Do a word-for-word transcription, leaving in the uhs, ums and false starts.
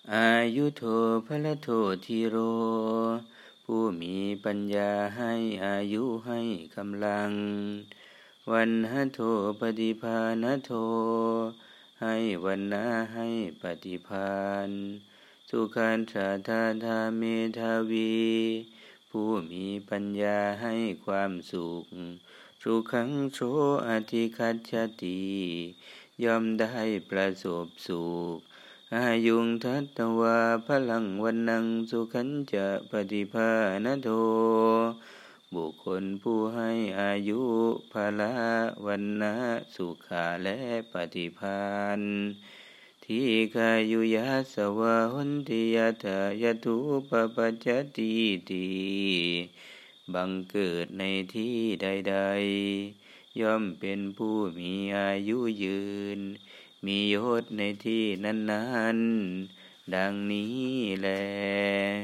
อายุโทภลโทธีโรผู้มีปัญญาให้อายุให้กำลังวันหะโทปฏิภาณโทให้วันนะให้ปฏิภาณสุขันธาธาธาเมธาวีผู้มีปัญญาให้ความสุขสุขังโสอธิคัจฉติย่อมได้ประสบสุขอายุงทัตตวาพลังวันนังสุขันจะปฏิภาณโทบุคคลผู้ให้อายุภละวันนะสุขาและปฏิภาณทีฆายุยัสสวะหุนติยะถายทุปปัจจติติบังเกิดในที่ใดๆย่อมเป็นผู้มีอายุยืนมียศในที่นั้นๆดังนี้แล